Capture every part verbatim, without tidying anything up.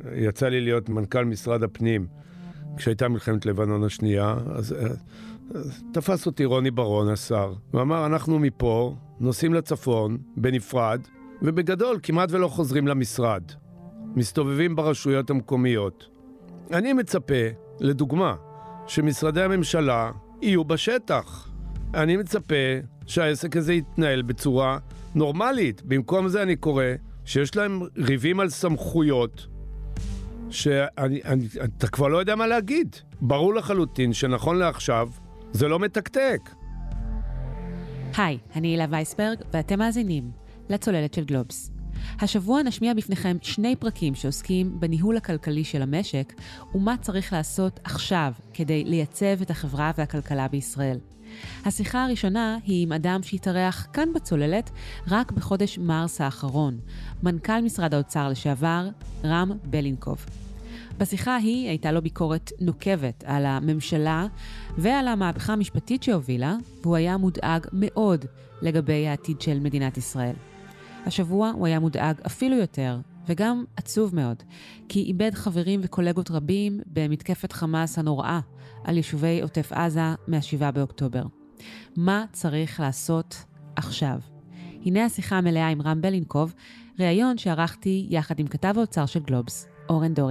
יצא לי להיות מנכ"ל משרד הפנים, כשהייתה מלחמת לבנון השנייה, אז, אז תפס אותי רוני ברון, השר, ואמר, אנחנו מפה נוסעים לצפון, בנפרד, ובגדול כמעט ולא חוזרים למשרד. מסתובבים ברשויות המקומיות. אני מצפה, לדוגמה, שמשרדי הממשלה יהיו בשטח. אני מצפה שהעסק הזה יתנהל בצורה נורמלית. במקום זה אני קורא שיש להם ריבים על סמכויות, שאני, אני, אתה כבר לא יודע מה להגיד. ברור לחלוטין שנכון לעכשיו זה לא מתקתק. היי, אני אילה וייסברג, ואתם מאזינים לצוללת של גלובס. השבוע נשמיע בפניכם שני פרקים שעוסקים בניהול הכלכלי של המשק, ומה צריך לעשות עכשיו כדי לייצב את החברה והכלכלה בישראל. השיחה הראשונה היא עם אדם שהתארח כאן בצוללת רק בחודש מרס האחרון, מנכ"ל משרד האוצר לשעבר, רם בלינקוב. בשיחה היא הייתה לו ביקורת נוקבת על הממשלה ועל המהפכה המשפטית שהובילה, והוא היה מודאג מאוד לגבי העתיד של מדינת ישראל. השבוע הוא היה מודאג אפילו יותר, וגם עצוב מאוד, כי איבד חברים וקולגות רבים במתקפת חמאס הנוראה על יישובי עוטף עזה מהשבעה באוקטובר. מה צריך לעשות עכשיו? הנה השיחה המלאה עם רם בלינקוב, ראיון שערכתי יחד עם כתב האוצר של גלובס, אורן דורי.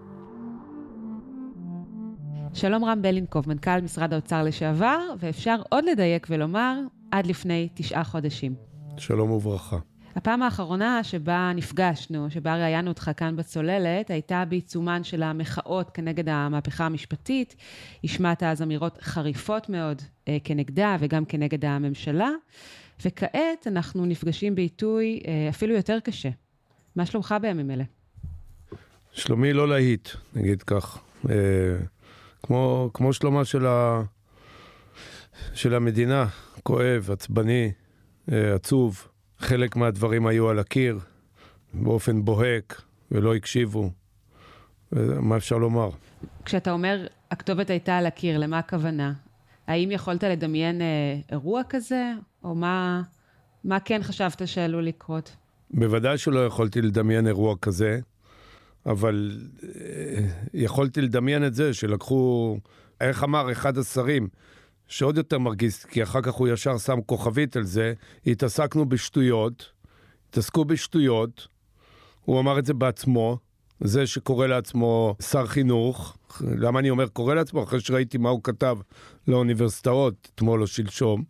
שלום רם בלינקוב, מנכ"ל משרד האוצר לשעבר, ואפשר עוד לדייק ולומר עד לפני תשעה חודשים. שלום וברכה. הפעם האחרונה שבה נפגשנו, שבה ראיינו אותך כאן בצוללת, הייתה בעיצומן של המחאות כנגד המהפכה המשפטית. השמעת אז אמירות חריפות מאוד אה, כנגדה וגם כנגד הממשלה, וכעת אנחנו נפגשים בעיתוי אה, אפילו יותר קשה. מה שלומך בימים אלה? שלומי לא להיט, נגיד כך. אה, כמו, כמו שלומה של, ה, של המדינה, כואב, עצבני, אה, עצוב. חלק מהדברים היו על הקיר, באופן בוהק, ולא הקשיבו. מה אפשר לומר? כשאתה אומר, הכתובת הייתה על הקיר, למה הכוונה? האם יכולת לדמיין אה, אירוע כזה? או מה, מה כן חשבת שעלול לקרות? בוודאי שלא יכולתי לדמיין אירוע כזה, אבל אה, יכולתי לדמיין את זה שלקחו, איך אמר אחד השרים, שעוד יותר מרגיז, כי אחר כך הוא ישר שם כוכבית על זה, התעסקנו בשטויות, התעסקו בשטויות, הוא אמר את זה בעצמו, זה שקורא לעצמו שר חינוך, למה אני אומר קורא לעצמו? אחרי שראיתי מה הוא כתב לאוניברסיטאות, אתמול או שלשום,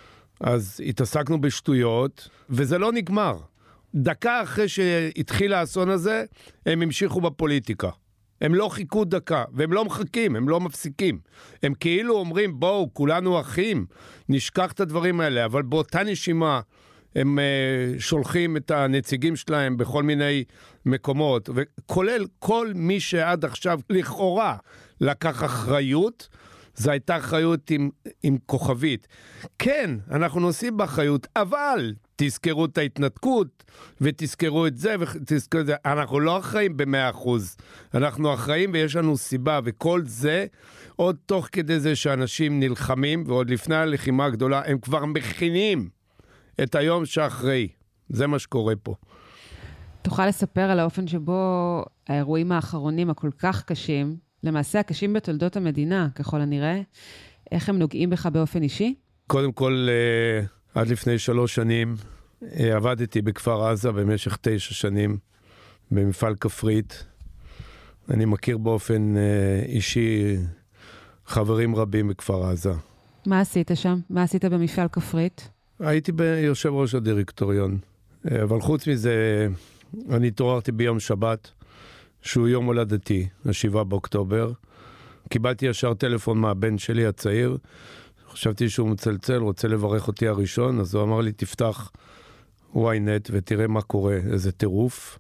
אז התעסקנו בשטויות, וזה לא נגמר. דקה אחרי שהתחיל האסון הזה, הם המשיכו בפוליטיקה. הם לא חיכו דקה, והם לא מחכים, הם לא מפסיקים. הם כאילו אומרים, בואו, כולנו אחים, נשכח את הדברים האלה, אבל באותה נשימה, הם uh, שולחים את הנציגים שלהם בכל מיני מקומות, וכולל כל מי שעד עכשיו לכאורה לקח אחריות, זו הייתה אחריות עם, עם כוכבית. כן, אנחנו נושאים באחריות, אבל תזכרו את ההתנתקות, ותזכרו את זה, ותזכרו את זה. אנחנו לא אחראים במאה אחוז. אנחנו אחראים ויש לנו סיבה, וכל זה, עוד תוך כדי זה שאנשים נלחמים, ועוד לפני הלחימה הגדולה, הם כבר מכינים את היום שאחרי. זה מה שקורה פה. תוכל לספר על האופן שבו האירועים האחרונים הכל כך קשים, למעשה הקשים בתולדות המדינה, ככל הנראה, איך הם נוגעים בך באופן אישי? קודם כל, עד לפני שלוש שנים, עבדתי בכפר עזה במשך תשע שנים, במפעל כפרית. אני מכיר באופן אישי חברים רבים בכפר עזה. מה עשית שם? מה עשית במפעל כפרית? הייתי ביושב ראש הדירקטוריון, אבל חוץ מזה, אני התעוררתי ביום שבת, שהוא יום הולדתי, השבעה באוקטובר. קיבלתי ישר טלפון מהבן שלי הצעיר, חשבתי שהוא מצלצל, רוצה לברך אותי הראשון, אז הוא אמר לי, תפתח וואי נט ותראה מה קורה, איזה טירוף.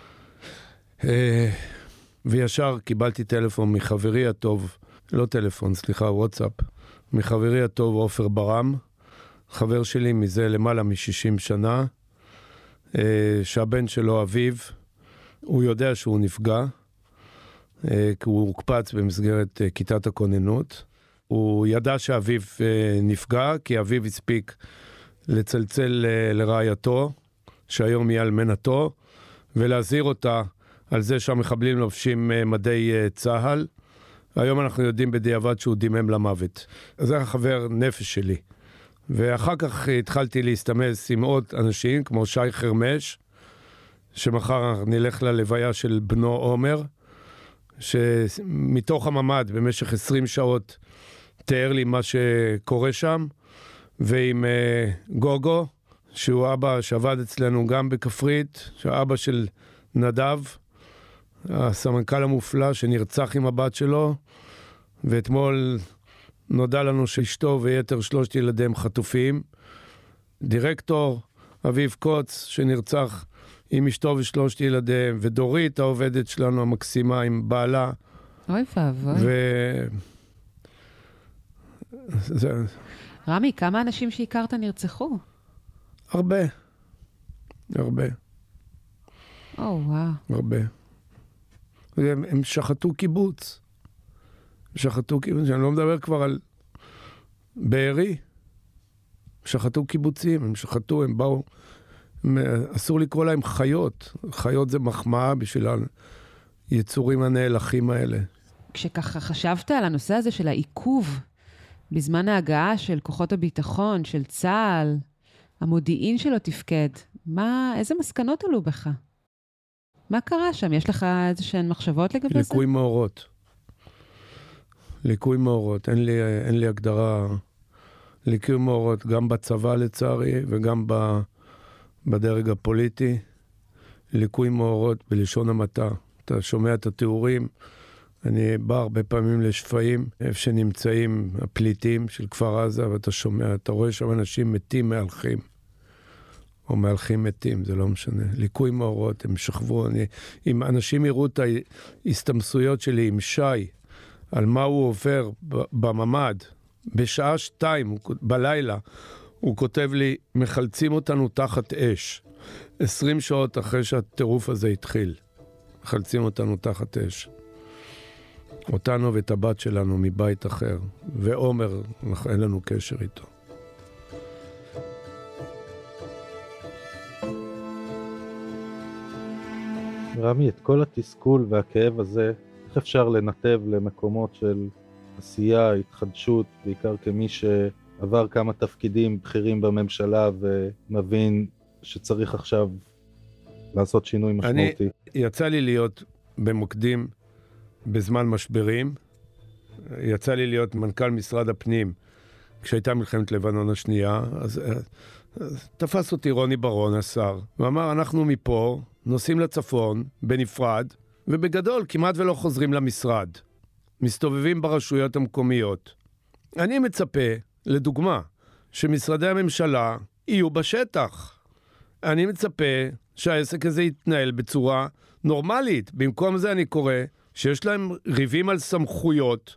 וישר קיבלתי טלפון מחברי הטוב, לא טלפון, סליחה, וואטסאפ, מחברי הטוב עופר ברם, חבר שלי מזה למעלה מ-שישים שנה, שהבן שלו אביו, הוא יודע שהוא נפגע, כי הוא הוקפץ במסגרת כיתת הכוננות. הוא ידע שאביו נפגע, כי אביו הספיק לצלצל לרעייתו, שהיום היא אלמנתו, ולהזהיר אותה על זה שהמחבלים לובשים מדי צהל. היום אנחנו יודעים בדיעבד שהוא דימם למוות. זה היה חבר נפש שלי. ואחר כך התחלתי להסתמס עם עוד אנשים, כמו שי חרמש, שמחר נלך ללוויה של בנו עומר, שמתוך הממד במשך עשרים שעות תיאר לי מה שקורה שם, ועם uh, גוגו, שהוא אבא שעבד אצלנו גם בכפרית, שהאבא של נדב, הסמנכ"ל המופלא שנרצח עם הבת שלו, ואתמול נודע לנו שאשתו ויתר שלושת ילדיהם חטופים. דירקטור אביב קוץ שנרצח עם אשתו ושלושת ילדיהם, ודורית העובדת שלנו המקסימה עם בעלה. אוי ואבוי. ו... זה... רמי, כמה אנשים שהכרת נרצחו? הרבה. הרבה. או, וואו. הרבה. הם, הם שחטו קיבוץ. שחטו קיבוץ, אני לא מדבר כבר על בארי. שחטו קיבוצים, הם שחטו, הם באו, הם, אסור לקרוא להם חיות. חיות זה מחמאה בשביל היצורים הנאלחים האלה. כשככה חשבת על הנושא הזה של העיכוב, בזמן ההגעה של כוחות הביטחון, של צה"ל, המודיעין שלו תפקד, מה, איזה מסקנות עלו בך? מה קרה שם? יש לך איזה שהן מחשבות לגבי זה? ליקוי מאורות. ליקוי מאורות. אין לי, אין לי הגדרה. ליקוי מאורות גם בצבא לצערי, וגם ב, בדרג הפוליטי. ליקוי מאורות בלשון המעטה. אתה שומע את התיאורים. אני בא הרבה פעמים לשפעים, איפה שנמצאים הפליטים של כפר עזה, ואתה שומע, אתה רואה שם אנשים מתים מהלכים. או מהלכים מתים, זה לא משנה. ליקוי מאורות, הם שכבו. אני, אם אנשים יראו את ההסתמסויות שלי עם שי, על מה הוא עובר בממד, בשעה שתיים בלילה, הוא כותב לי, מחלצים אותנו תחת אש. עשרים שעות אחרי שהטירוף הזה התחיל. מחלצים אותנו תחת אש. אותנו ואת הבת שלנו מבית אחר. ועומר, אין לנו קשר איתו. רמי, את כל התסכול והכאב הזה, איך אפשר לנתב למקומות של עשייה, התחדשות, בעיקר כמי שעבר כמה תפקידים בכירים בממשלה ומבין שצריך עכשיו לעשות שינוי משמעותי? אני, יצא לי להיות במוקדים בזמן משברים, יצא לי להיות מנכ"ל משרד הפנים כשהייתה מלחמת לבנון השנייה, אז, אז תפס אותי רוני ברון, השר, ואמר, אנחנו מפה נוסעים לצפון בנפרד, ובגדול כמעט ולא חוזרים למשרד. מסתובבים ברשויות המקומיות. אני מצפה, לדוגמה, שמשרדי הממשלה יהיו בשטח. אני מצפה שהעסק הזה יתנהל בצורה נורמלית. במקום זה אני קורא שיש להם ריבים על סמכויות,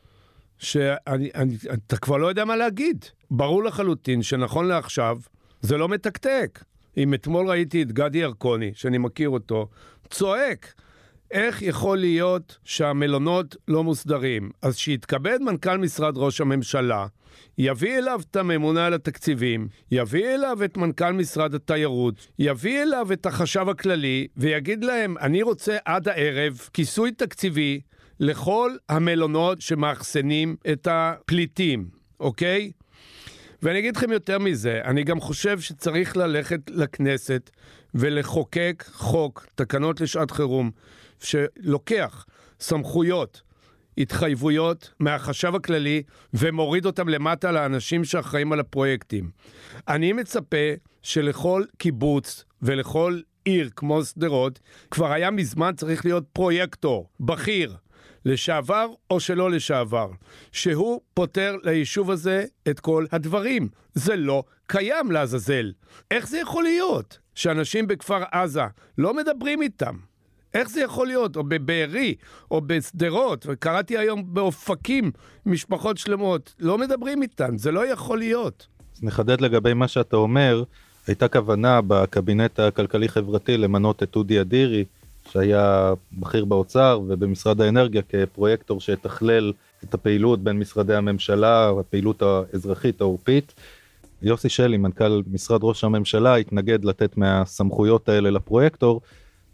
שאני, אני, אתה כבר לא יודע מה להגיד. ברור לחלוטין שנכון לעכשיו, זה לא מתקתק. אם אתמול ראיתי את גדי ירקוני, שאני מכיר אותו, צועק, איך יכול להיות שהמלונות לא מוסדרים? אז שיתכבד מנכ"ל משרד ראש הממשלה, יביא אליו את הממונה על התקציבים, יביא אליו את מנכ"ל משרד התיירות, יביא אליו את החשב הכללי, ויגיד להם, אני רוצה עד הערב כיסוי תקציבי לכל המלונות שמאחסנים את הפליטים, אוקיי? ואני אגיד לכם יותר מזה, אני גם חושב שצריך ללכת לכנסת ולחוקק חוק, תקנות לשעת חירום, שלוקח סמכויות, התחייבויות מהחשב הכללי ומוריד אותם למטה לאנשים שאחראים על הפרויקטים. אני מצפה שלכל קיבוץ ולכל עיר כמו סדרות, כבר היה מזמן צריך להיות פרויקטור, בכיר, לשעבר או שלא לשעבר, שהוא פותר ליישוב הזה את כל הדברים. זה לא קיים לעזאזל. איך זה יכול להיות שאנשים בכפר עזה לא מדברים איתם? איך זה יכול להיות? או בבארי, או בסדרות, וקראתי היום באופקים משפחות שלמות, לא מדברים איתן, זה לא יכול להיות. אז נחדד לגבי מה שאתה אומר, הייתה כוונה בקבינט הכלכלי-חברתי למנות את אודי אדירי, שהיה בכיר באוצר ובמשרד האנרגיה כפרויקטור שתכלל את הפעילות בין משרדי הממשלה, הפעילות האזרחית העורפית. יוסי שלי, מנכ"ל משרד ראש הממשלה, התנגד לתת מהסמכויות האלה לפרויקטור,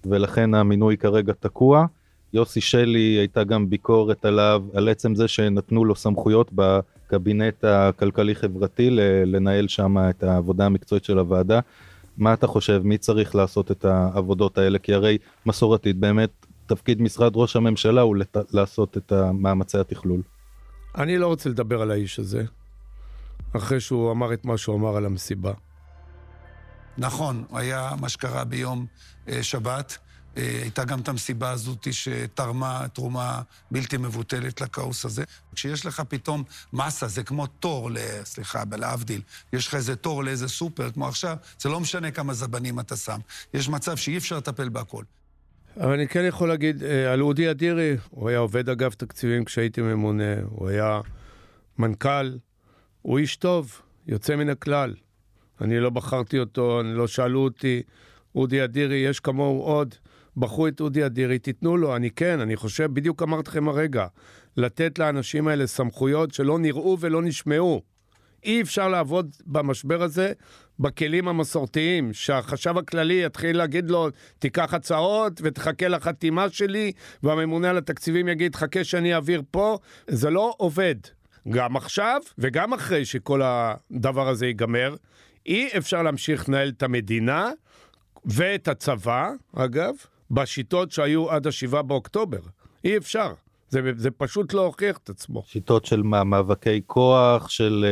ולכן המינוי כרגע תקוע. יוסי שלי הייתה גם ביקורת עליו, על עצם זה שנתנו לו סמכויות בקבינט הכלכלי-חברתי לנהל שם את העבודה המקצועית של הוועדה. מה אתה חושב, מי צריך לעשות את העבודות האלה? כי הרי מסורתית באמת תפקיד משרד ראש הממשלה הוא לת... לעשות את מאמצי התכלול. אני לא רוצה לדבר על האיש הזה, אחרי שהוא אמר את מה שהוא אמר על המסיבה. נכון, היה מה שקרה ביום אה, שבת. אה, הייתה גם את המסיבה הזאת שתרמה תרומה בלתי מבוטלת לקאוס הזה. כשיש לך פתאום מסה, זה כמו תור, סליחה, להבדיל, יש לך איזה תור לאיזה סופר, כמו עכשיו, זה לא משנה כמה זבנים אתה שם. יש מצב שאי אפשר לטפל בהכל. אבל אני כן יכול להגיד, על אודי אדירי, הוא היה עובד אגף תקציבים כשהייתי ממונה, הוא היה מנכ"ל, הוא איש טוב, יוצא מן הכלל. אני לא בחרתי אותו, אני לא שאלו אותי, אודי אדירי, יש כמוהו עוד, בחרו את אודי אדירי, תיתנו לו, אני כן, אני חושב, בדיוק אמרתכם הרגע, לתת לאנשים האלה סמכויות שלא נראו ולא נשמעו. אי אפשר לעבוד במשבר הזה בכלים המסורתיים, שהחשב הכללי יתחיל להגיד לו, תיקח הצעות ותחכה לחתימה שלי, והממונה על התקציבים יגיד, חכה שאני אעביר פה, זה לא עובד. גם עכשיו וגם אחרי שכל הדבר הזה ייגמר, אי אפשר להמשיך לנהל את המדינה ואת הצבא, אגב, בשיטות שהיו עד השבעה באוקטובר. אי אפשר. זה, זה פשוט לא הוכיח את עצמו. שיטות של מה, מאבקי כוח, של...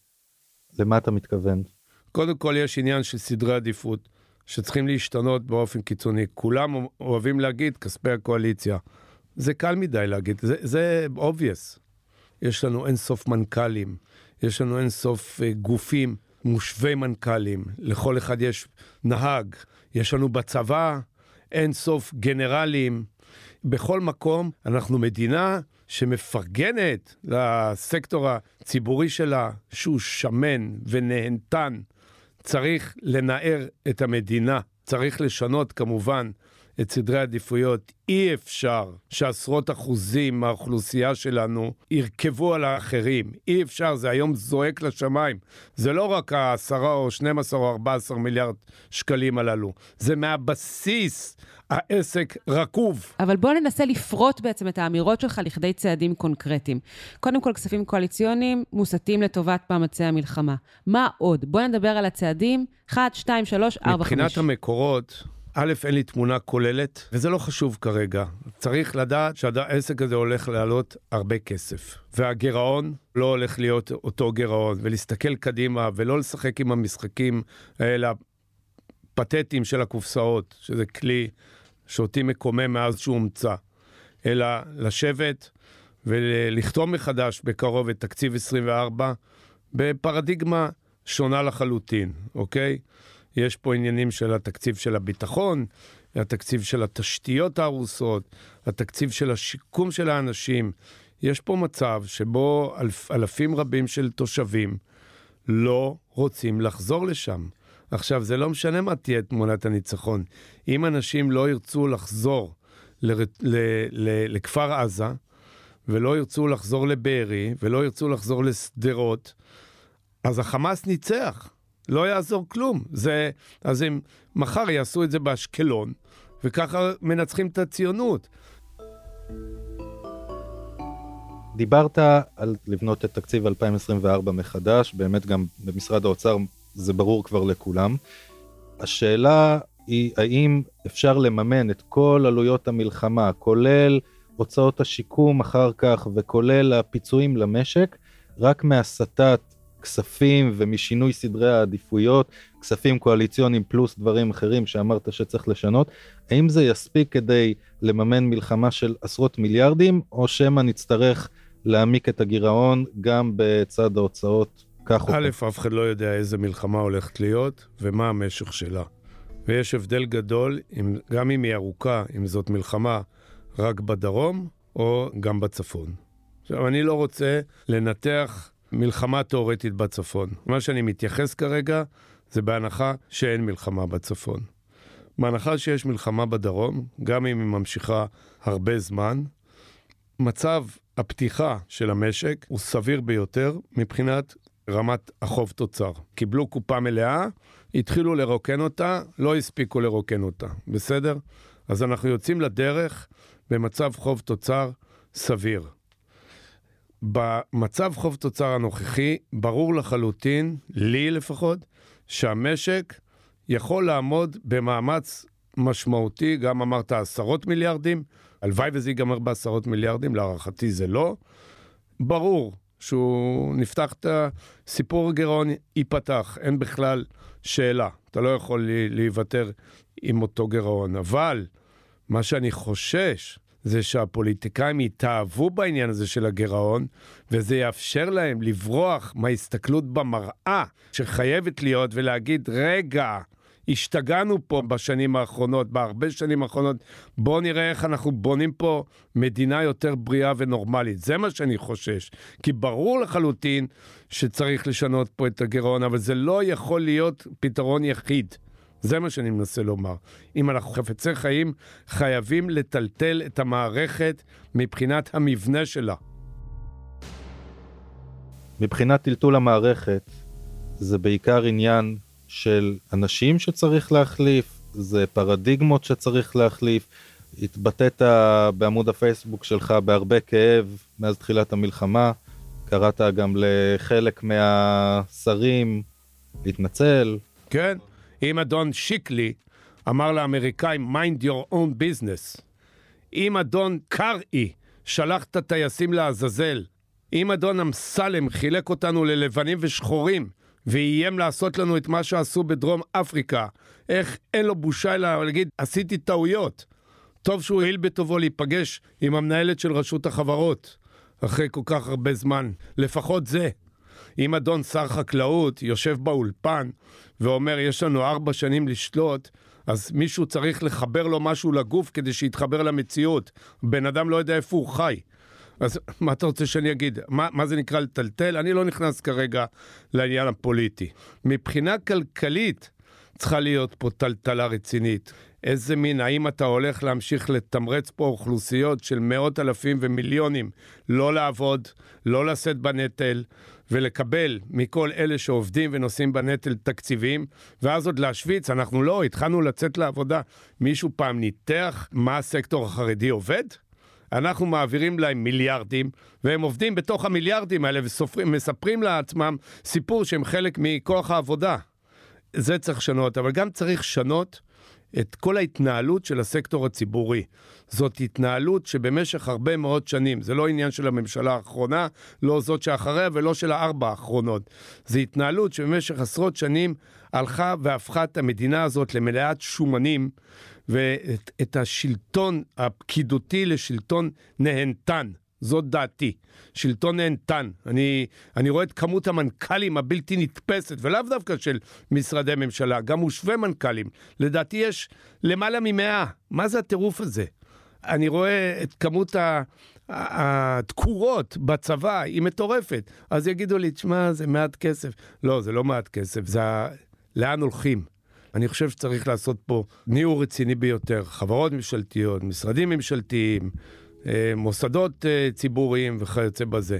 למה אתה מתכוון? קודם כל יש עניין של סדרי עדיפות, שצריכים להשתנות באופן קיצוני. כולם אוהבים להגיד כספי הקואליציה. זה קל מדי להגיד, זה, זה obvious. יש לנו אין סוף מנכ"לים, יש לנו אין סוף גופים, מושבי מנכ"לים, לכל אחד יש נהג, יש לנו בצבא אין סוף גנרלים. בכל מקום אנחנו מדינה שמפרגנת לסקטור הציבורי שלה, שהוא שמן ונהנתן. צריך לנער את המדינה, צריך לשנות כמובן את סדרי העדיפויות. אי אפשר שעשרות אחוזים מהאוכלוסייה שלנו ירכבו על האחרים. אי אפשר, זה היום זועק לשמיים. זה לא רק העשרה או שנים עשר או ארבע עשרה מיליארד שקלים הללו. זה מהבסיס העסק רקוב. אבל בוא ננסה לפרוט בעצם את האמירות שלך לכדי צעדים קונקרטיים. קודם כל, כספים קואליציוניים מוסתים לטובת מאמצי המלחמה. מה עוד? בוא נדבר על הצעדים. אחת, שתיים, שלוש, ארבע, חמש. מבחינת המקורות, א', אין לי תמונה כוללת, וזה לא חשוב כרגע. צריך לדעת שהעסק הזה הולך לעלות הרבה כסף. והגירעון לא הולך להיות אותו גירעון, ולהסתכל קדימה, ולא לשחק עם המשחקים האלה, פתטיים של הקופסאות, שזה כלי שאותי מקומם מאז שהוא הומצא, אלא לשבת ולכתוב מחדש בקרוב את תקציב עשרים וארבע, בפרדיגמה שונה לחלוטין, אוקיי? יש פה עניינים של התקציב של הביטחון, התקציב של התשתיות הרוסות, התקציב של השיקום של האנשים. יש פה מצב שבו אלף, אלפים רבים של תושבים לא רוצים לחזור לשם. עכשיו, זה לא משנה מה תהיה תמונת הניצחון. אם אנשים לא ירצו לחזור ל, ל, ל, לכפר עזה, ולא ירצו לחזור לבארי, ולא ירצו לחזור לסדרות, אז החמאס ניצח. לא יעזור כלום. זה, אז הם מחר יעשו את זה באשקלון, וככה מנצחים את הציונות. דיברת על לבנות את תקציב אלפיים עשרים וארבע מחדש, באמת גם במשרד האוצר זה ברור כבר לכולם. השאלה היא, האם אפשר לממן את כל עלויות המלחמה, כולל הוצאות השיקום אחר כך, וכולל הפיצויים למשק, רק מהסטת כספים ומשינוי סדרי העדיפויות, כספים קואליציוניים פלוס דברים אחרים שאמרת שצריך לשנות, האם זה יספיק כדי לממן מלחמה של עשרות מיליארדים, או שמא נצטרך להעמיק את הגירעון גם בצד ההוצאות כך או כך? א', אף אחד לא יודע איזה מלחמה הולכת להיות ומה המשך שלה. ויש הבדל גדול, גם אם היא ארוכה, אם זאת מלחמה רק בדרום או גם בצפון. עכשיו, אני לא רוצה לנתח מלחמה תיאורטית בצפון. מה שאני מתייחס כרגע זה בהנחה שאין מלחמה בצפון. בהנחה שיש מלחמה בדרום, גם אם היא ממשיכה הרבה זמן, מצב הפתיחה של המשק הוא סביר ביותר מבחינת רמת החוב תוצר. קיבלו קופה מלאה, התחילו לרוקן אותה, לא הספיקו לרוקן אותה. בסדר? אז אנחנו יוצאים לדרך במצב חוב תוצר סביר. במצב חוב תוצר הנוכחי, ברור לחלוטין, לי לפחות, שהמשק יכול לעמוד במאמץ משמעותי, גם אמרת עשרות מיליארדים, הלוואי וזה ייגמר בעשרות מיליארדים, להערכתי זה לא. ברור שהוא נפתח את הסיפור הגירעון, ייפתח, אין בכלל שאלה. אתה לא יכול להיוותר עם אותו גירעון, אבל מה שאני חושש זה שהפוליטיקאים יתאהבו בעניין הזה של הגירעון, וזה יאפשר להם לברוח מההסתכלות במראה שחייבת להיות ולהגיד, רגע, השתגענו פה בשנים האחרונות, בהרבה שנים האחרונות, בואו נראה איך אנחנו בונים פה מדינה יותר בריאה ונורמלית. זה מה שאני חושש. כי ברור לחלוטין שצריך לשנות פה את הגירעון, אבל זה לא יכול להיות פתרון יחיד. זה מה שאני מנסה לומר. אם אנחנו חפצי חיים, חייבים לטלטל את המערכת מבחינת המבנה שלה. מבחינת טלטול המערכת, זה בעיקר עניין של אנשים שצריך להחליף, זה פרדיגמות שצריך להחליף. התבטאת בעמוד הפייסבוק שלך בהרבה כאב מאז תחילת המלחמה, קראת גם לחלק מהשרים להתנצל. כן, אם אדון שיקלי אמר לאמריקאים, mind your own business. אם אדון קראי שלח את הטייסים לעזאזל. אם אדון אמסלם חילק אותנו ללבנים ושחורים, ואיים לעשות לנו את מה שעשו בדרום אפריקה, איך אין לו בושה אלא להגיד, עשיתי טעויות. טוב שהוא העיל בטובו להיפגש עם המנהלת של רשות החברות, אחרי כל כך הרבה זמן, לפחות זה. אם אדון שר חקלאות יושב באולפן ואומר, יש לנו ארבע שנים לשלוט, אז מישהו צריך לחבר לו משהו לגוף כדי שיתחבר למציאות. בן אדם לא יודע איפה הוא חי. אז מה אתה רוצה שאני אגיד? מה, מה זה נקרא לטלטל? אני לא נכנס כרגע לעניין הפוליטי. מבחינה כלכלית צריכה להיות פה טלטלה רצינית. איזה מין, האם אתה הולך להמשיך לתמרץ פה אוכלוסיות של מאות אלפים ומיליונים, לא לעבוד, לא לשאת בנטל, ולקבל מכל אלה שעובדים ונושאים בנטל תקציבים, ואז עוד להשוויץ, אנחנו לא, התחלנו לצאת לעבודה. מישהו פעם ניתח מה הסקטור החרדי עובד? אנחנו מעבירים להם מיליארדים, והם עובדים בתוך המיליארדים האלה, ומספרים לעצמם סיפור שהם חלק מכוח העבודה. זה צריך שנות, אבל גם צריך שנות את כל ההתנהלות של הסקטור הציבורי. זאת התנהלות שבמשך הרבה מאוד שנים, זה לא עניין של הממשלה האחרונה, לא זאת שאחריה ולא של הארבע האחרונות. זה התנהלות שבמשך עשרות שנים הלכה והפכה את המדינה הזאת למלאת שומנים, ואת את השלטון הפקידותי לשלטון נהנתן. זאת דעתי. שלטון נהנתן. אני, אני רואה את כמות המנכ"לים הבלתי נתפסת, ולאו דווקא של משרדי ממשלה, גם מושווה מנכ"לים. לדעתי יש למעלה ממאה. מה זה הטירוף הזה? אני רואה את כמות התקורות בצבא, היא מטורפת. אז יגידו לי, תשמע, זה מעט כסף. לא, זה לא מעט כסף, זה לאן הולכים. אני חושב שצריך לעשות פה ניעור רציני ביותר. חברות ממשלתיות, משרדים ממשלתיים, מוסדות ציבוריים וכיוצא בזה.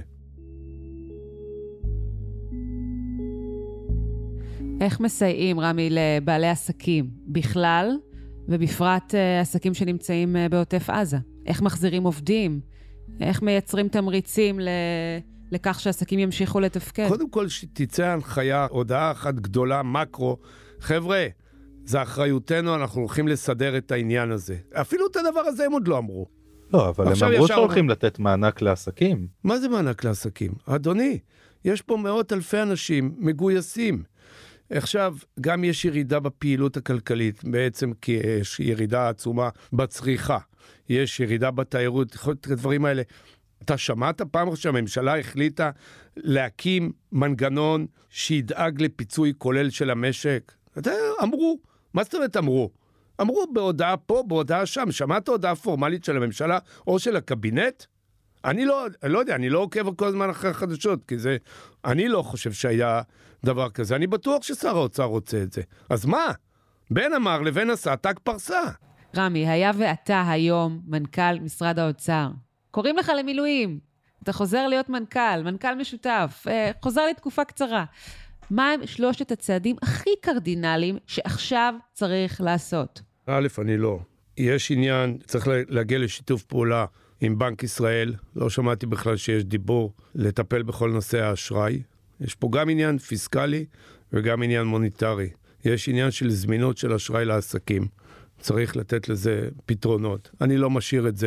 איך מסייעים, רמי, לבעלי עסקים בכלל, ובפרט עסקים שנמצאים בעוטף עזה? איך מחזירים עובדים? איך מייצרים תמריצים ל... לכך שעסקים ימשיכו לתפקד? קודם כל שתצא הנחיה, הודעה אחת גדולה, מקרו, חבר'ה, זה אחריותנו, אנחנו הולכים לסדר את העניין הזה. אפילו את הדבר הזה הם עוד לא אמרו. לא, אבל הם אמרו שהולכים לתת מענק לעסקים. מה זה מענק לעסקים? אדוני, יש פה מאות אלפי אנשים מגויסים. עכשיו, גם יש ירידה בפעילות הכלכלית, בעצם כי יש ירידה עצומה בצריכה. יש ירידה בתיירות, את הדברים האלה. אתה שמעת פעם שהממשלה החליטה להקים מנגנון שידאג לפיצוי כולל של המשק? אתה אמרו, מה זאת אומרת אמרו? אמרו בהודעה פה, בהודעה שם. שמעת הודעה פורמלית של הממשלה או של הקבינט? אני לא, לא יודע, אני לא עוקב כל הזמן אחרי החדשות, כי זה, אני לא חושב שהיה דבר כזה. אני בטוח ששר האוצר רוצה את זה. אז מה? בין אמר לבין עשה, תק פרסה. רמי, היה ואתה היום מנכ"ל משרד האוצר. קוראים לך למילואים. אתה חוזר להיות מנכ"ל, מנכ"ל משותף, חוזר לתקופה קצרה. מה הם שלושת הצעדים הכי קרדינליים שעכשיו צריך לעשות? א', אני לא. יש עניין, צריך להגיע לשיתוף פעולה עם בנק ישראל, לא שמעתי בכלל שיש דיבור לטפל בכל נושא האשראי. יש פה גם עניין פיסקלי וגם עניין מוניטרי. יש עניין של זמינות של אשראי לעסקים. צריך לתת לזה פתרונות. אני לא משאיר את זה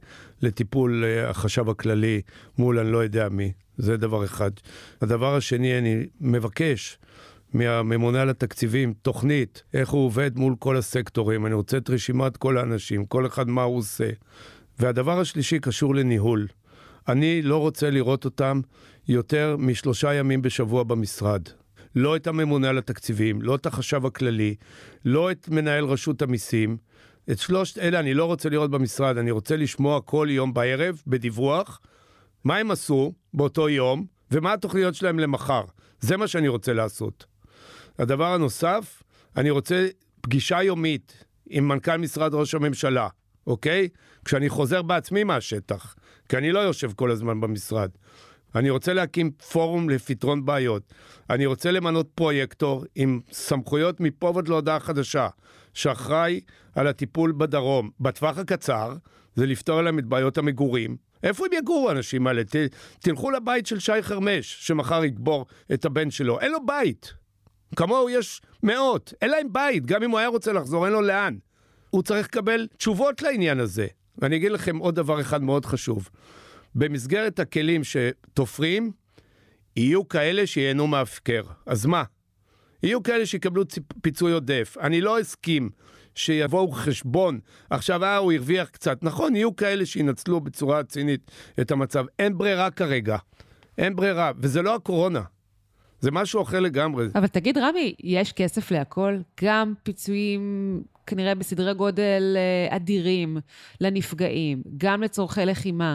לטיפול החשב הכללי מול אני לא יודע מי. זה דבר אחד. הדבר השני, אני מבקש מהממונה על התקציבים, תוכנית, איך הוא עובד מול כל הסקטורים. אני רוצה את רשימת כל האנשים, כל אחד מה הוא עושה. והדבר השלישי קשור לניהול. אני לא רוצה לראות אותם יותר משלושה ימים בשבוע במשרד. לא את הממונה על התקציבים, לא את החשב הכללי, לא את מנהל רשות המיסים. את שלושת אלה אני לא רוצה לראות במשרד, אני רוצה לשמוע כל יום בערב בדיווח, מה הם עשו באותו יום, ומה התוכניות שלהם למחר. זה מה שאני רוצה לעשות. הדבר הנוסף, אני רוצה פגישה יומית עם מנכ"ל משרד ראש הממשלה, אוקיי? כשאני חוזר בעצמי מהשטח, כי אני לא יושב כל הזמן במשרד. אני רוצה להקים פורום לפתרון בעיות. אני רוצה למנות פרויקטור עם סמכויות מפה ועד להודעה חדשה, שאחראי על הטיפול בדרום. בטווח הקצר, זה לפתור להם את בעיות המגורים. איפה הם יגורו אנשים האלה? ת, תלכו לבית של שי חרמש, שמחר יגבור את הבן שלו. אין לו בית. כמוהו יש מאות. אין להם בית. גם אם הוא היה רוצה לחזור, אין לו לאן. הוא צריך לקבל תשובות לעניין הזה. ואני אגיד לכם עוד דבר אחד מאוד חשוב. במסגרת הכלים שתופרים, יהיו כאלה שיהנו מהפקר. אז מה? יהיו כאלה שיקבלו פיצוי עודף. אני לא אסכים שיבואו חשבון. עכשיו, אה, הוא הרוויח קצת. נכון, יהיו כאלה שינצלו בצורה צינית את המצב. אין ברירה כרגע. אין ברירה. וזה לא הקורונה. זה משהו אחר לגמרי. אבל תגיד, רמי, יש כסף להכל? גם פיצויים כנראה בסדרי גודל אדירים לנפגעים, גם לצורכי לחימה.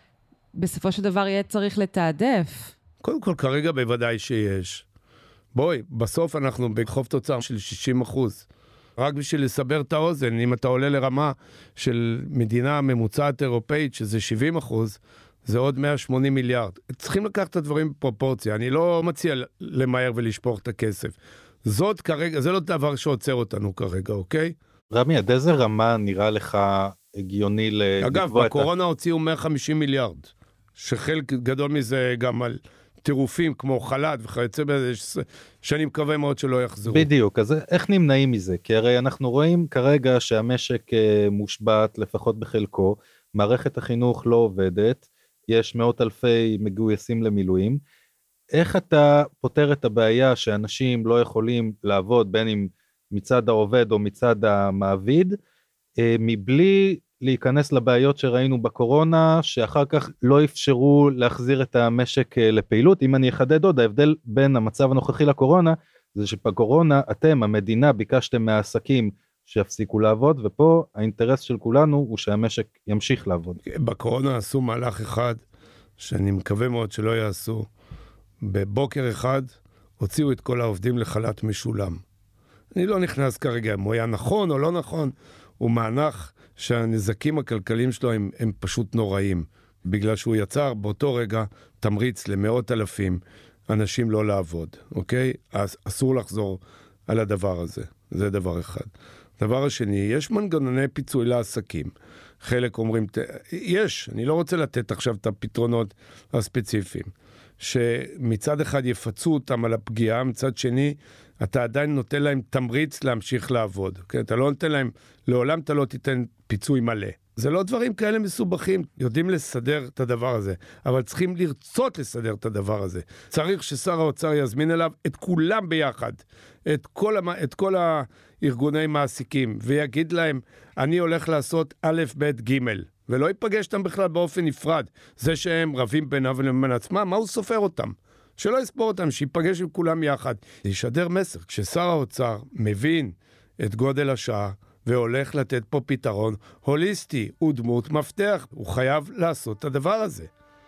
בסופו של דבר יהיה צריך לתעדף. קודם כל, כרגע בוודאי שיש. בואי, בסוף אנחנו בחוב תוצר של שישים אחוז. רק בשביל לסבר את האוזן, אם אתה עולה לרמה של מדינה ממוצעת אירופאית, שזה שבעים אחוז, זה עוד מאה ושמונים מיליארד. צריכים לקחת את הדברים בפרופורציה. אני לא מציע למהר ולשפוך את הכסף. זאת כרגע, זה לא דבר שעוצר אותנו כרגע, אוקיי? רמי, עד איזה רמה נראה לך הגיוני לקבוע את ה... אגב, בקורונה הוציאו מאה וחמישים מיליארד, שחלק גדול מזה גם על טירופים כמו חל"ת וכיוצא בזה, שאני מקווה מאוד שלא יחזרו. בדיוק, אז איך נמנעים מזה? כי הרי אנחנו רואים כרגע שהמשק מושבת, לפחות בחלקו, מערכת החינוך לא עובדת, יש מאות אלפי מגויסים למילואים. איך אתה פותר את הבעיה שאנשים לא יכולים לעבוד, בין אם מצד העובד או מצד המעביד, מבלי להיכנס לבעיות שראינו בקורונה, שאחר כך לא אפשרו להחזיר את המשק לפעילות? אם אני אחדד עוד, ההבדל בין המצב הנוכחי לקורונה, זה שבקורונה אתם, המדינה, ביקשתם מהעסקים שיפסיקו לעבוד, ופה האינטרס של כולנו הוא שהמשק ימשיך לעבוד. בקורונה עשו מהלך אחד, שאני מקווה מאוד שלא יעשו. בבוקר אחד הוציאו את כל העובדים לחל"ת משולם. אני לא נכנס כרגע אם הוא היה נכון או לא נכון, הוא מענך שהנזקים הכלכליים שלו הם, הם פשוט נוראים, בגלל שהוא יצר באותו רגע תמריץ למאות אלפים אנשים לא לעבוד, אוקיי? אז אסור לחזור על הדבר הזה, זה דבר אחד. דבר השני, יש מנגנוני פיצוי לעסקים. חלק אומרים, יש, אני לא רוצה לתת עכשיו את הפתרונות הספציפיים, שמצד אחד יפצו אותם על הפגיעה, מצד שני, אתה עדיין נותן להם תמריץ להמשיך לעבוד. Okay? אתה לא נותן להם, לעולם אתה לא תיתן פיצוי מלא. זה לא דברים כאלה מסובכים, יודעים לסדר את הדבר הזה, אבל צריכים לרצות לסדר את הדבר הזה. צריך ששר האוצר יזמין אליו את כולם ביחד, את כל, המ... את כל הארגוני מעסיקים, ויגיד להם, אני הולך לעשות א', ב', ג', ולא ייפגש אותם בכלל באופן נפרד. זה שהם רבים בינם ובין עצמם, מה הוא סופר אותם? שלא יספור אותם, שיפגש עם כולם יחד. ישדר מסר, כששר האוצר מבין את גודל השעה, והולך לתת פה פתרון הוליסטי, הוא דמות מפתח, הוא חייב לעשות את הדבר הזה.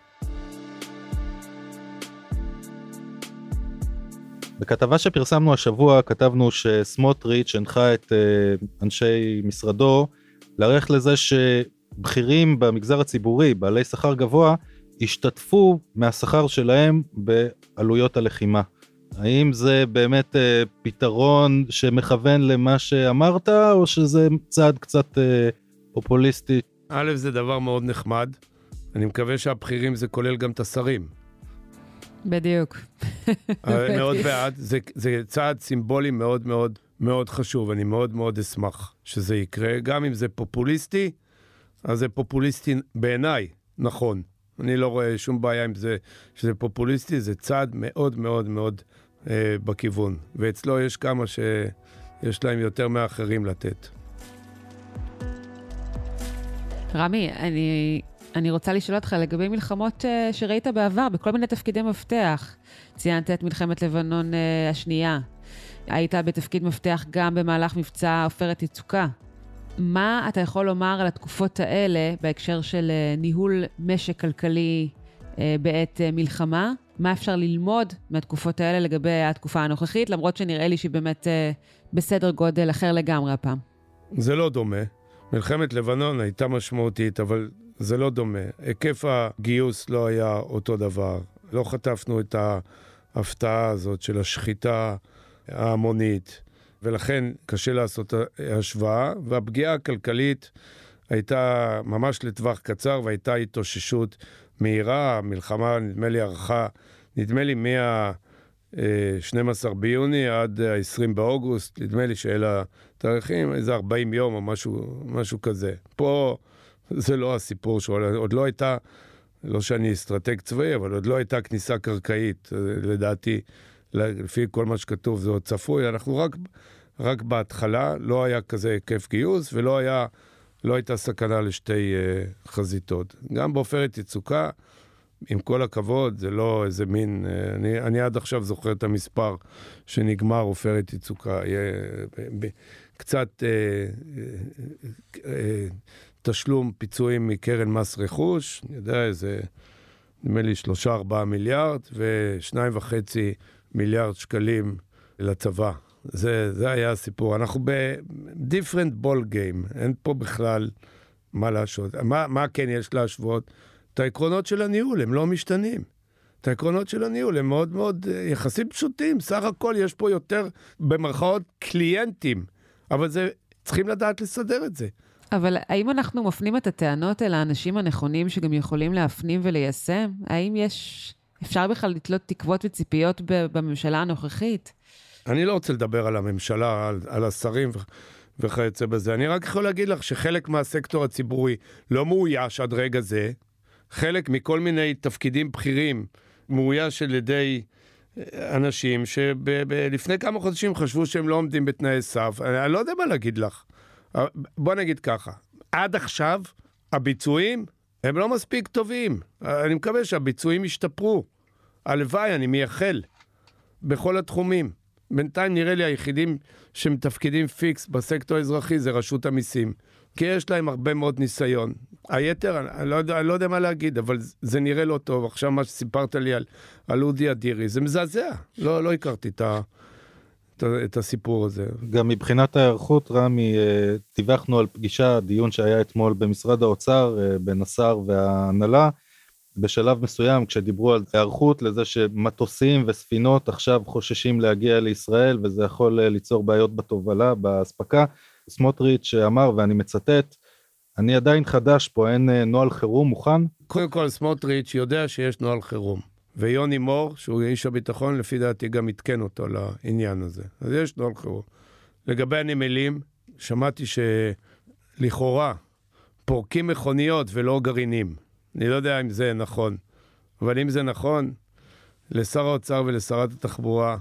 בכתבה שפרסמנו השבוע, כתבנו שסמוטריץ' הנחה את אנשי משרדו, לערך לזה שבכירים במגזר הציבורי, בעלי שכר גבוה, השתתפו מהשכר שלהם בעלויות הלחימה. האם זה באמת אה, פתרון שמכוון למה שאמרת, או שזה צעד קצת אה, פופוליסטי? א', זה דבר מאוד נחמד. אני מקווה שהבחירים זה כולל גם את השרים. בדיוק. מאוד בעד. זה, זה צעד סימבולי מאוד מאוד מאוד חשוב. אני מאוד מאוד אשמח שזה יקרה. גם אם זה פופוליסטי, אז זה פופוליסטי בעיניי, נכון. אני לא רואה שום בעיה עם זה שזה פופוליסטי, זה צעד מאוד מאוד מאוד אה, בכיוון. ואצלו יש כמה שיש להם יותר מאחרים לתת. רמי, אני, אני רוצה לשאול אותך לגבי מלחמות uh, שראית בעבר, בכל מיני תפקידי מפתח. ציינת את מלחמת לבנון uh, השנייה. היית בתפקיד מפתח גם במהלך מבצע עופרת יצוקה. מה אתה יכול לומר על התקופות האלה בהקשר של uh, ניהול משק כלכלי uh, בעת uh, מלחמה? מה אפשר ללמוד מהתקופות האלה לגבי התקופה הנוכחית, למרות שנראה לי שהיא באמת uh, בסדר גודל אחר לגמרי הפעם? זה לא דומה. מלחמת לבנון הייתה משמעותית, אבל זה לא דומה. היקף הגיוס לא היה אותו דבר. לא חטפנו את ההפתעה הזאת של השחיטה ההמונית, ולכן קשה לעשות השוואה, והפגיעה הכלכלית הייתה ממש לטווח קצר, והייתה התאוששות מהירה. המלחמה, נדמה לי, ערכה, נדמה לי מה-שנים עשר ביוני עד ה-עשרים באוגוסט, נדמה לי שאלה תאריכים, איזה ארבעים יום או משהו, משהו כזה. פה זה לא הסיפור, שעוד לא הייתה, לא שאני אסטרטג צבאי, אבל עוד לא הייתה כניסה קרקעית, לדעתי, לפי כל מה שכתוב, זה עוד צפוי. אנחנו רק, רק בהתחלה, לא היה כזה היקף גיוס, ולא היה, לא הייתה סכנה לשתי uh, חזיתות. גם בעופרת יצוקה, עם כל הכבוד, זה לא איזה מין, אני, אני עד עכשיו זוכר את המספר שנגמר עופרת יצוקה, יהיה ב, ב, קצת אה, אה, אה, תשלום פיצויים מקרן מס רכוש, אני יודע, איזה, נדמה לי שלושה, ארבעה מיליארד, ושניים וחצי מיליארד שקלים לצבא. זה, זה היה הסיפור. אנחנו ב-different ball game, אין פה בכלל מה להשוות. מה, מה כן יש להשוות? את העקרונות של הניהול, הם לא משתנים. את העקרונות של הניהול, הם מאוד מאוד יחסים פשוטים. סך הכל יש פה יותר, במרכאות, קליינטים. אבל זה, צריכים לדעת לסדר את זה. אבל האם אנחנו מפנים את הטענות אל האנשים הנכונים שגם יכולים להפנים וליישם? האם יש, אפשר בכלל לתלות תקוות וציפיות בממשלה הנוכחית? אני לא רוצה לדבר על הממשלה, על, על השרים וכיוצא בזה. אני רק יכול להגיד לך שחלק מהסקטור הציבורי לא מאויש עד רגע זה, חלק מכל מיני תפקידים בכירים מאויש על ידי אנשים שלפני כמה חודשים חשבו שהם לא עומדים בתנאי סף. אני לא יודע מה להגיד לך. בוא נגיד ככה, עד עכשיו הביצועים הם לא מספיק טובים. אני מקווה שהביצועים ישתפרו. הלוואי, אני מייחל בכל התחומים. בינתיים נראה לי היחידים שמתפקידים פיקס בסקטור האזרחי זה רשות המיסים. כי יש להם הרבה מאוד ניסיון. היתר, אני לא יודע, אני לא יודע מה להגיד, אבל זה נראה לא טוב. עכשיו מה שסיפרת לי על, על אודי אדירי, זה מזעזע. לא, לא הכרתי את, ה, את, את הסיפור הזה. גם מבחינת ההיערכות, רמי, דיווחנו על פגישה, דיון שהיה אתמול במשרד האוצר, בין השר וההנהלה, בשלב מסוים, כשדיברו על היערכות לזה שמטוסים וספינות עכשיו חוששים להגיע לישראל, וזה יכול ליצור בעיות בתובלה, בהספקה. סמוטריץ' שאמר, ואני מצטט, אני עדיין חדש פה, אין נוהל חירום מוכן? קודם כל, סמוטריץ' יודע שיש נוהל חירום. ויוני מור, שהוא איש הביטחון, לפי דעתי גם התקן אותו לעניין הזה. אז יש נוהל חירום. לגבי הנמלים, שמעתי שלכאורה פורקים מכוניות ולא גרעינים. אני לא יודע אם זה נכון. אבל אם זה נכון, לשר האוצר ולשרת התחבורה,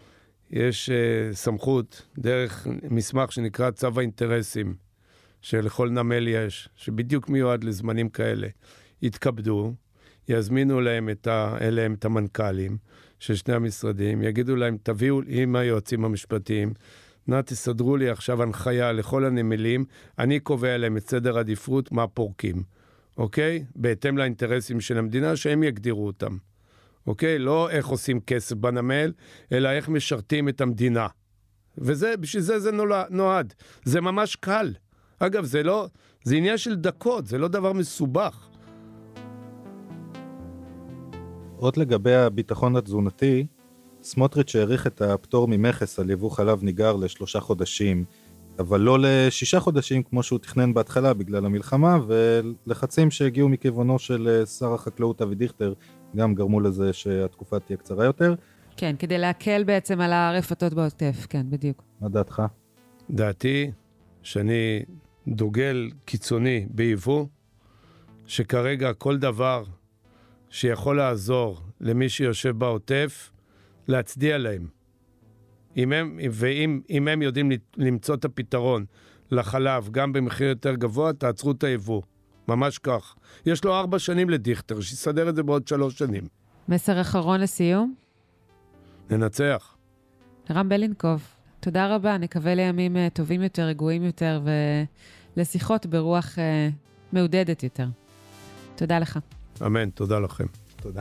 יש uh, סמכות דרך מסמך שנקרא צו האינטרסים, שלכל נמל יש, שבדיוק מיועד לזמנים כאלה. יתכבדו, יזמינו להם את, ה, אליהם את המנכ"לים של שני המשרדים, יגידו להם, תביאו עם היועצים המשפטיים, נא תסדרו לי עכשיו הנחיה לכל הנמלים, אני קובע להם את סדר עדיפות מה פורקים, אוקיי? בהתאם לאינטרסים של המדינה, שהם יגדירו אותם. אוקיי? לא איך עושים כסף בנמל, אלא איך משרתים את המדינה. וזה, בשביל זה זה נועד. זה ממש קל. אגב, זה לא, זה עניין של דקות, זה לא דבר מסובך. עוד לגבי הביטחון התזונתי, סמוטריץ' העריך את הפטור ממכס על יבוא חלב ניגר לשלושה חודשים, אבל לא לשישה חודשים כמו שהוא תכנן בהתחלה בגלל המלחמה, ולחצים שהגיעו מכיוונו של שר החקלאות אבי דיכטר, גם גרמו לזה שהתקופה תהיה קצרה יותר. כן, כדי להקל בעצם על הרפתות בעוטף, כן, בדיוק. מה דעתך? דעתי שאני דוגל קיצוני ביבוא, שכרגע כל דבר שיכול לעזור למי שיושב בעוטף, להצדיע להם. אם הם, ואם אם הם יודעים למצוא את הפתרון לחלב, גם במחיר יותר גבוה, תעצרו את היבוא. ממש כך. יש לו ארבע שנים לדיכטר, שיסדר את זה בעוד שלוש שנים. מסר אחרון לסיום? ננצח. רם בלינקוב, תודה רבה. נקווה לימים טובים יותר, רגועים יותר, ולשיחות ברוח מעודדת יותר. תודה לך. אמן, תודה לכם. תודה.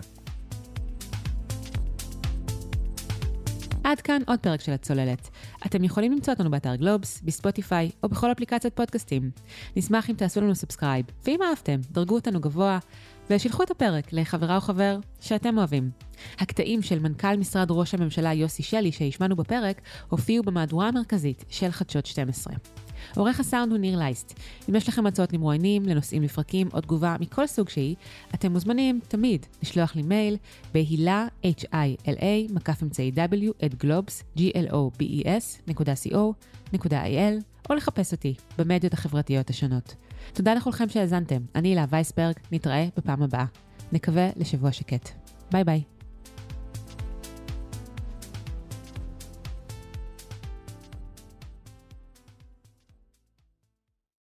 עד כאן עוד פרק של הצוללת. אתם יכולים למצוא אותנו באתר גלובס, בספוטיפיי או בכל אפליקציית פודקאסטים. נשמח אם תעשו לנו סאבסקרייב, ואם אהבתם, דרגו אותנו גבוה, ושילחו את הפרק לחברה או חבר שאתם אוהבים. הקטעים של מנכ"ל משרד ראש הממשלה יוסי שלי שהשמענו בפרק, הופיעו במהדורה המרכזית של חדשות שתים עשרה. עורך הסאונד הוא ניר לייסט. אם יש לכם הצעות למרואיינים, לנושאים לפרקים או תגובה מכל סוג שהיא, אתם מוזמנים תמיד לשלוח לי מייל בהילה, H-I-L-A, מקף אמצעי W, את גלובס, G-L-O-B-E-S, נקודה C-O, נקודה I-L, או לחפש אותי במדיות החברתיות השונות. תודה לכולכם שהאזנתם. אני הילה וייסברג, נתראה בפעם הבאה. נקווה לשבוע שקט. ביי ביי.